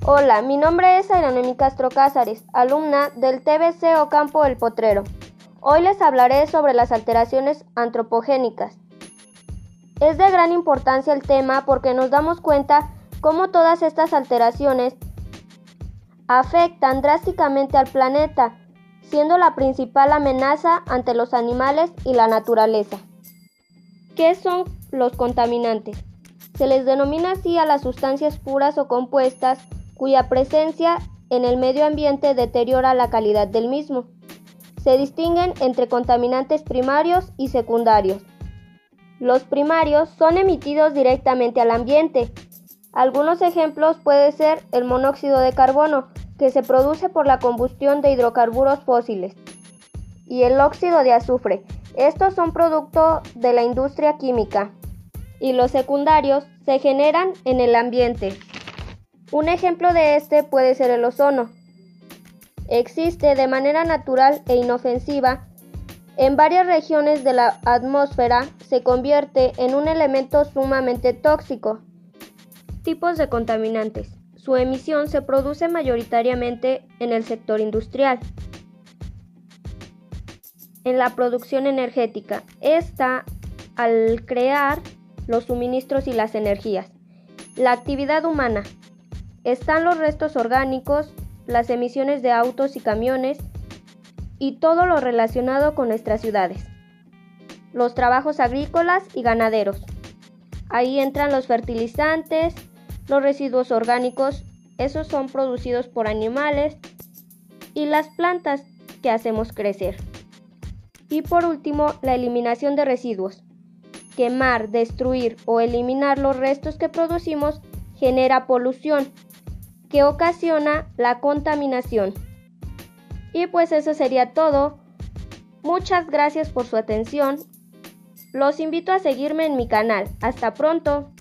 Hola, mi nombre es Airanomi Castro Cázares, alumna del TBC Ocampo El Potrero. Hoy les hablaré sobre las alteraciones antropogénicas. Es de gran importancia el tema porque nos damos cuenta cómo todas estas alteraciones afectan drásticamente al planeta, siendo la principal amenaza ante los animales y la naturaleza. ¿Qué son los contaminantes? Se les denomina así a las sustancias puras o compuestas cuya presencia en el medio ambiente deteriora la calidad del mismo. Se distinguen entre contaminantes primarios y secundarios. Los primarios son emitidos directamente al ambiente. Algunos ejemplos pueden ser el monóxido de carbono, que se produce por la combustión de hidrocarburos fósiles, y el óxido de azufre. Estos son producto de la industria química. Y los secundarios se generan en el ambiente. Un ejemplo de este puede ser el ozono. Existe de manera natural e inofensiva en varias regiones de la atmósfera, se convierte en un elemento sumamente tóxico. Tipos de contaminantes. Su emisión se produce mayoritariamente en el sector industrial. En la producción energética, esta al crear los suministros y las energías. La actividad humana. Están los restos orgánicos, las emisiones de autos y camiones y todo lo relacionado con nuestras ciudades. Los trabajos agrícolas y ganaderos. Ahí entran los fertilizantes, los residuos orgánicos, esos son producidos por animales, y las plantas que hacemos crecer. Y por último, la eliminación de residuos. Quemar, destruir o eliminar los restos que producimos genera polución, que ocasiona la contaminación. Y pues eso sería todo. Muchas gracias por su atención. Los invito a seguirme en mi canal. Hasta pronto.